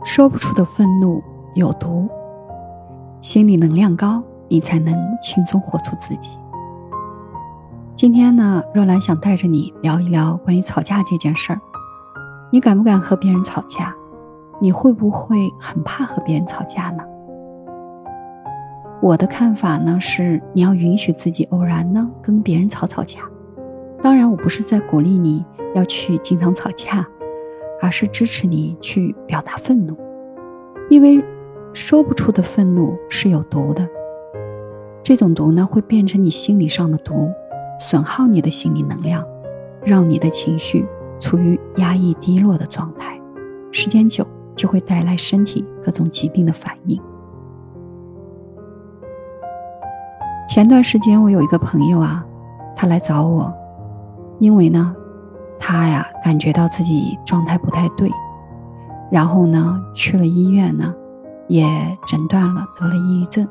说不出的愤怒有毒，心理能量高，你才能轻松活出自己。今天呢，若兰想带着你聊一聊关于吵架这件事儿。你敢不敢和别人吵架？你会不会很怕和别人吵架呢？我的看法呢是，你要允许自己偶然呢跟别人吵架。当然，我不是在鼓励你要去经常吵架，而是支持你去表达愤怒，因为说不出的愤怒是有毒的。这种毒呢，会变成你心理上的毒，损耗你的心理能量，让你的情绪处于压抑低落的状态，时间久就会带来身体各种疾病的反应。前段时间我有一个朋友他来找我，因为呢他感觉到自己状态不太对，然后呢去了医院呢，也诊断了得了抑郁症。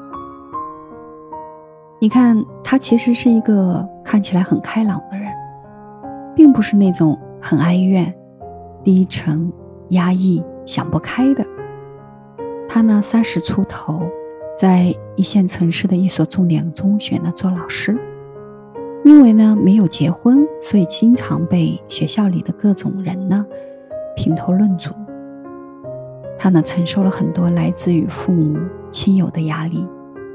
你看，他其实是一个看起来很开朗的人，并不是那种很哀怨、低沉、压抑、想不开的。他呢30出头，在一线城市的一所重点中学呢做老师。因为呢没有结婚，所以经常被学校里的各种人呢评头论足。他呢承受了很多来自于父母亲友的压力。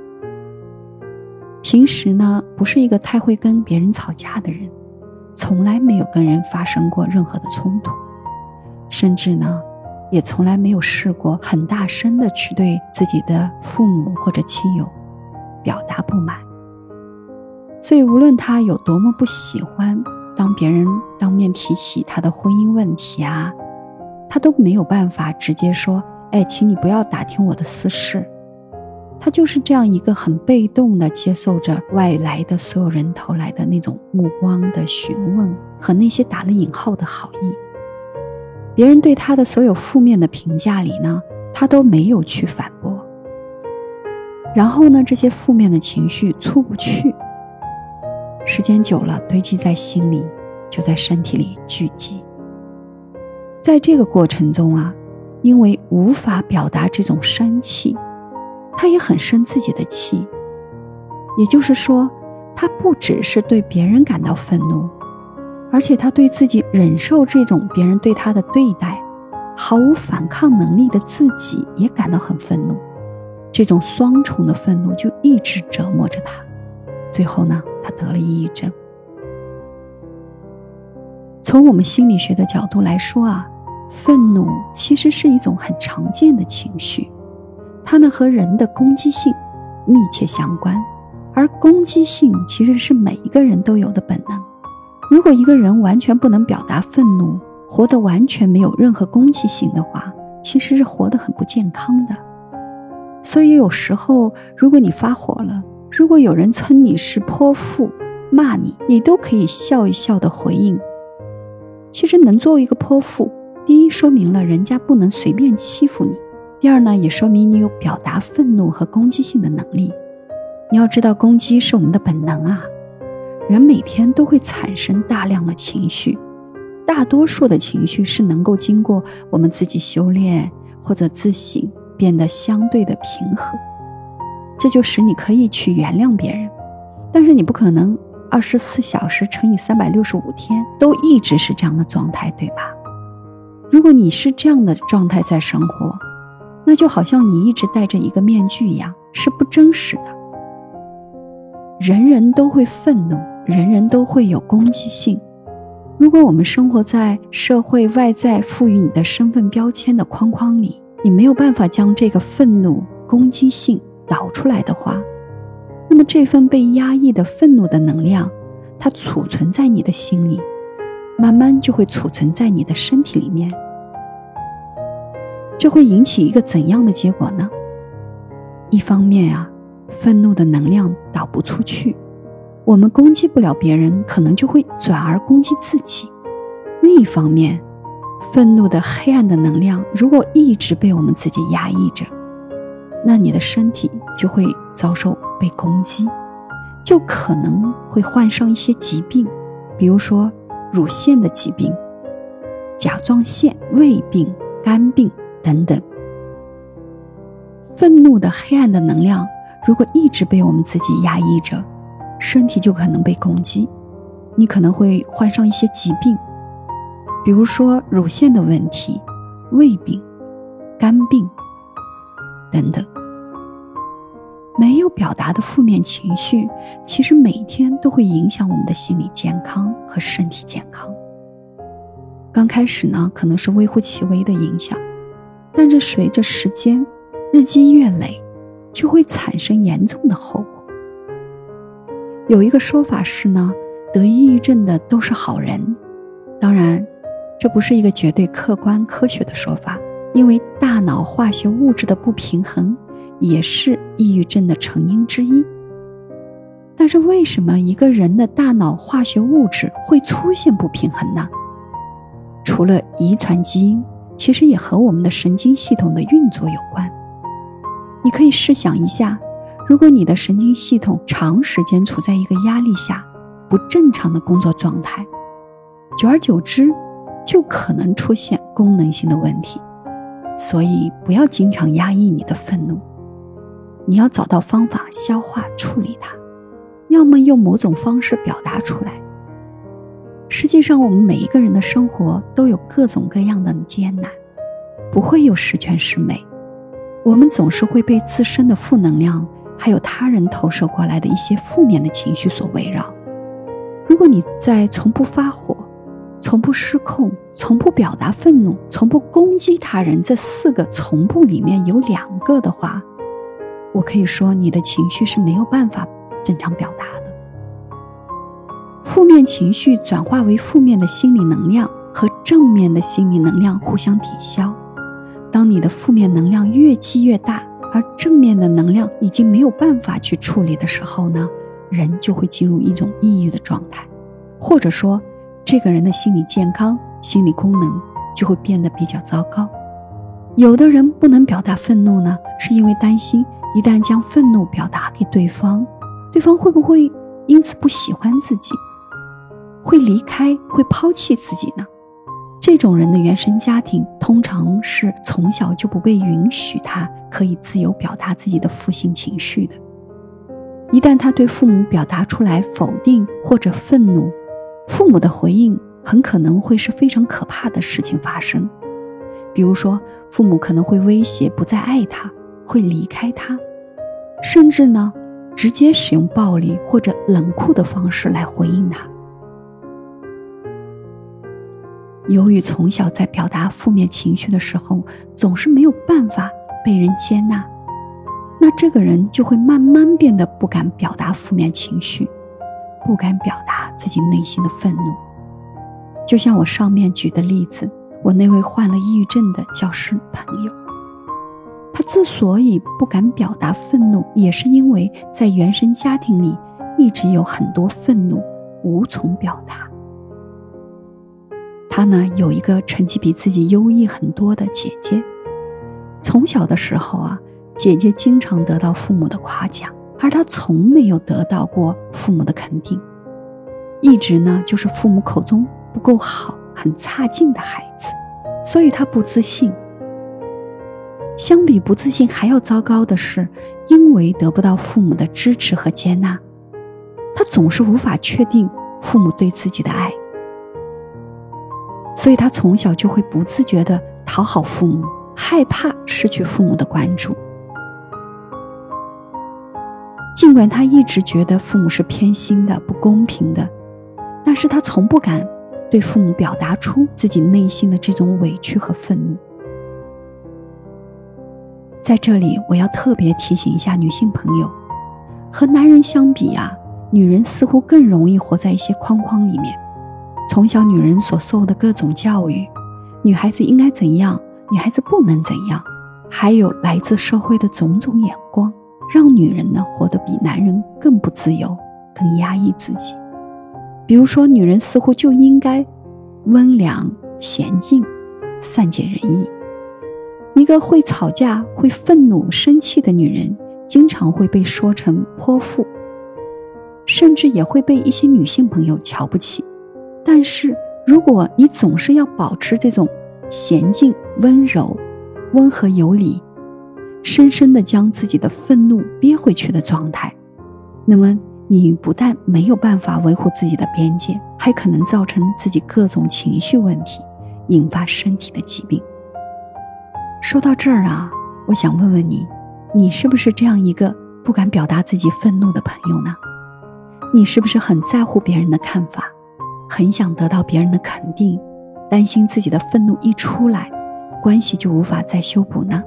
平时呢不是一个太会跟别人吵架的人，从来没有跟人发生过任何的冲突，甚至呢也从来没有试过很大声的去对自己的父母或者亲友表达不满。所以无论他有多么不喜欢当别人当面提起他的婚姻问题他都没有办法直接说，请你不要打听我的私事。他就是这样一个很被动的接受着外来的所有人投来的那种目光的询问和那些打了引号的好意。别人对他的所有负面的评价里呢，他都没有去反驳。然后呢，这些负面的情绪出不去，时间久了堆积在心里，就在身体里聚集。在这个过程中因为无法表达这种生气，他也很生自己的气。也就是说，他不只是对别人感到愤怒，而且他对自己忍受这种别人对他的对待毫无反抗能力的自己也感到很愤怒。这种双重的愤怒就一直折磨着他，最后呢他得了抑郁症。从我们心理学的角度来说愤怒其实是一种很常见的情绪，它呢和人的攻击性密切相关，而攻击性其实是每一个人都有的本能。如果一个人完全不能表达愤怒，活得完全没有任何攻击性的话，其实是活得很不健康的。所以有时候如果你发火了，如果有人称你是泼妇骂你，你都可以笑一笑的回应。其实能做一个泼妇，第一说明了人家不能随便欺负你，第二呢也说明你有表达愤怒和攻击性的能力。你要知道，攻击是我们的本能人每天都会产生大量的情绪，大多数的情绪是能够经过我们自己修炼或者自省变得相对的平和，这就使你可以去原谅别人。但是你不可能24小时乘以365天都一直是这样的状态，对吧？如果你是这样的状态在生活，那就好像你一直戴着一个面具一样，是不真实的。人人都会愤怒，人人都会有攻击性。如果我们生活在社会外在赋予你的身份标签的框框里，你没有办法将这个愤怒、攻击性导出来的话，那么这份被压抑的愤怒的能量，它储存在你的心里，慢慢就会储存在你的身体里面。这会引起一个怎样的结果呢？一方面愤怒的能量导不出去，我们攻击不了别人，可能就会转而攻击自己。另一方面，愤怒的黑暗的能量如果一直被我们自己压抑着，那你的身体就会遭受被攻击，就可能会患上一些疾病，比如说乳腺的疾病、甲状腺、胃病、肝病、 等等。愤怒的黑暗的能量如果一直被我们自己压抑着，身体就可能被攻击，你可能会患上一些疾病，比如说乳腺的问题、胃病、肝病等等。没有表达的负面情绪，其实每天都会影响我们的心理健康和身体健康。刚开始呢，可能是微乎其微的影响，但是随着时间日积月累，就会产生严重的后果。有一个说法是呢，得抑郁症的都是好人。当然，这不是一个绝对客观科学的说法，因为大脑化学物质的不平衡也是抑郁症的成因之一。但是为什么一个人的大脑化学物质会出现不平衡呢？除了遗传基因，其实也和我们的神经系统的运作有关。你可以试想一下，如果你的神经系统长时间处在一个压力下，不正常的工作状态，久而久之就可能出现功能性的问题。所以不要经常压抑你的愤怒，你要找到方法消化处理它，要么用某种方式表达出来。实际上我们每一个人的生活都有各种各样的艰难，不会有十全十美，我们总是会被自身的负能量还有他人投射过来的一些负面的情绪所围绕。如果你在从不发火、从不失控、从不表达愤怒、从不攻击他人这4个从不里面有2个的话，我可以说你的情绪是没有办法正常表达的。负面情绪转化为负面的心理能量和正面的心理能量互相抵消，当你的负面能量越积越大，而正面的能量已经没有办法去处理的时候呢，人就会进入一种抑郁的状态，或者说这个人的心理健康、心理功能就会变得比较糟糕。有的人不能表达愤怒呢，是因为担心一旦将愤怒表达给对方，对方会不会因此不喜欢自己，会离开，会抛弃自己呢？这种人的原生家庭通常是从小就不被允许他可以自由表达自己的负性情绪的。一旦他对父母表达出来否定或者愤怒，父母的回应很可能会是非常可怕的事情发生。比如说，父母可能会威胁不再爱他，会离开他，甚至呢，直接使用暴力或者冷酷的方式来回应他。由于从小在表达负面情绪的时候总是没有办法被人接纳，那这个人就会慢慢变得不敢表达负面情绪，不敢表达自己内心的愤怒。就像我上面举的例子，我那位患了抑郁症的教师朋友，他之所以不敢表达愤怒，也是因为在原生家庭里一直有很多愤怒无从表达。他呢，有一个成绩比自己优异很多的姐姐，从小的时候啊，姐姐经常得到父母的夸奖，而他从没有得到过父母的肯定，一直呢就是父母口中不够好、很差劲的孩子，所以他不自信。相比不自信还要糟糕的是，因为得不到父母的支持和接纳，他总是无法确定父母对自己的爱，所以他从小就会不自觉地讨好父母，害怕失去父母的关注。尽管他一直觉得父母是偏心的、不公平的，但是他从不敢对父母表达出自己内心的这种委屈和愤怒。在这里，我要特别提醒一下女性朋友，和男人相比啊，女人似乎更容易活在一些框框里面。从小女人所受的各种教育，女孩子应该怎样，女孩子不能怎样，还有来自社会的种种眼光，让女人呢活得比男人更不自由，更压抑自己。比如说，女人似乎就应该温良娴静，善解人意。一个会吵架、会愤怒、生气的女人，经常会被说成泼妇，甚至也会被一些女性朋友瞧不起。但是如果你总是要保持这种娴静温柔， 温和有礼，深深地将自己的愤怒憋回去的状态，那么你不但没有办法维护自己的边界，还可能造成自己各种情绪问题，引发身体的疾病。说到这儿啊，我想问问你，你是不是这样一个不敢表达自己愤怒的朋友呢？你是不是很在乎别人的看法，很想得到别人的肯定，担心自己的愤怒一出来，关系就无法再修补呢？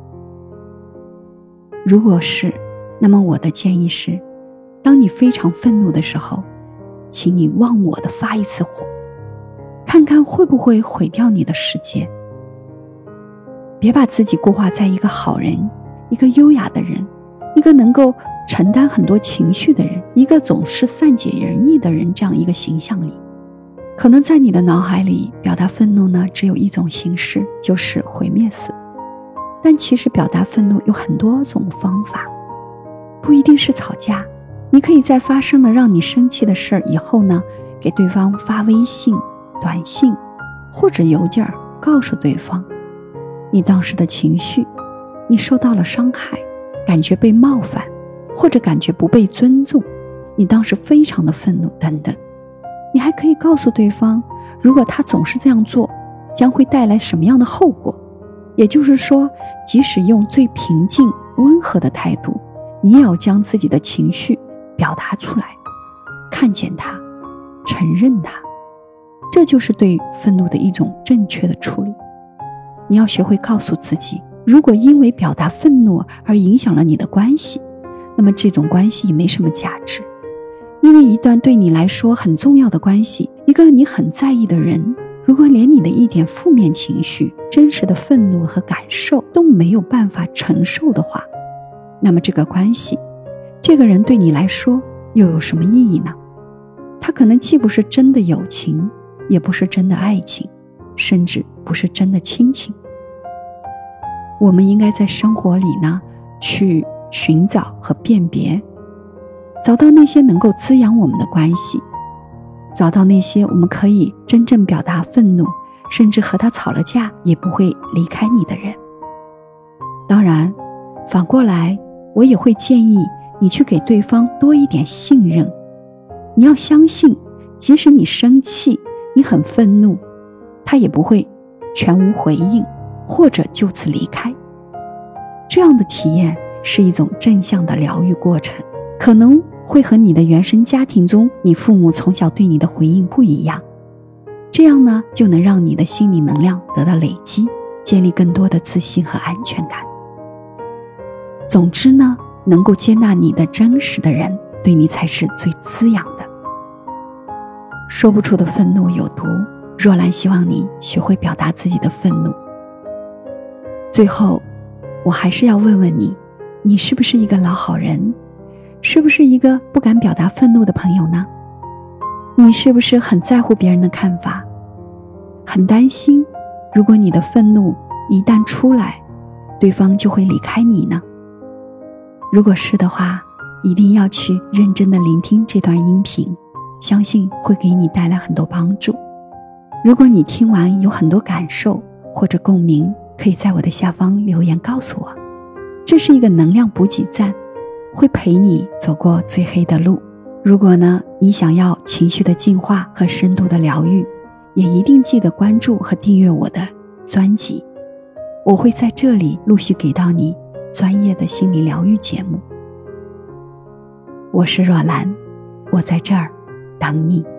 如果是，那么我的建议是，当你非常愤怒的时候，请你忘我的发一次火，看看会不会毁掉你的世界。别把自己固化在一个好人，一个优雅的人，一个能够承担很多情绪的人，一个总是善解人意的人这样一个形象里。可能在你的脑海里，表达愤怒呢，只有一种形式，就是毁灭死。但其实表达愤怒有很多种方法，不一定是吵架。你可以在发生了让你生气的事儿以后呢，给对方发微信、短信或者邮件，告诉对方你当时的情绪，你受到了伤害，感觉被冒犯，或者感觉不被尊重，你当时非常的愤怒等等。你还可以告诉对方，如果他总是这样做，将会带来什么样的后果。也就是说，即使用最平静温和的态度，你也要将自己的情绪表达出来，看见它，承认它，这就是对愤怒的一种正确的处理。你要学会告诉自己，如果因为表达愤怒而影响了你的关系，那么这种关系没什么价值。因为一段对你来说很重要的关系，一个你很在意的人，如果连你的一点负面情绪、真实的愤怒和感受都没有办法承受的话，那么这个关系，这个人对你来说又有什么意义呢？他可能既不是真的友情，也不是真的爱情，甚至不是真的亲情。我们应该在生活里呢，去寻找和辨别，找到那些能够滋养我们的关系，找到那些我们可以真正表达愤怒，甚至和他吵了架也不会离开你的人。当然，反过来，我也会建议你去给对方多一点信任。你要相信，即使你生气，你很愤怒，他也不会全无回应，或者就此离开。这样的体验是一种正向的疗愈过程，可能会和你的原生家庭中你父母从小对你的回应不一样。这样呢，就能让你的心理能量得到累积，建立更多的自信和安全感。总之呢，能够接纳你的真实的人，对你才是最滋养的。说不出的愤怒有毒，若兰希望你学会表达自己的愤怒。最后，我还是要问问你，你是不是一个老好人？是不是一个不敢表达愤怒的朋友呢？你是不是很在乎别人的看法，很担心如果你的愤怒一旦出来，对方就会离开你呢？如果是的话，一定要去认真的聆听这段音频，相信会给你带来很多帮助。如果你听完有很多感受或者共鸣，可以在我的下方留言告诉我。这是一个能量补给站，会陪你走过最黑的路。如果呢，你想要情绪的净化和深度的疗愈，也一定记得关注和订阅我的专辑，我会在这里陆续给到你专业的心理疗愈节目。我是若兰，我在这儿等你。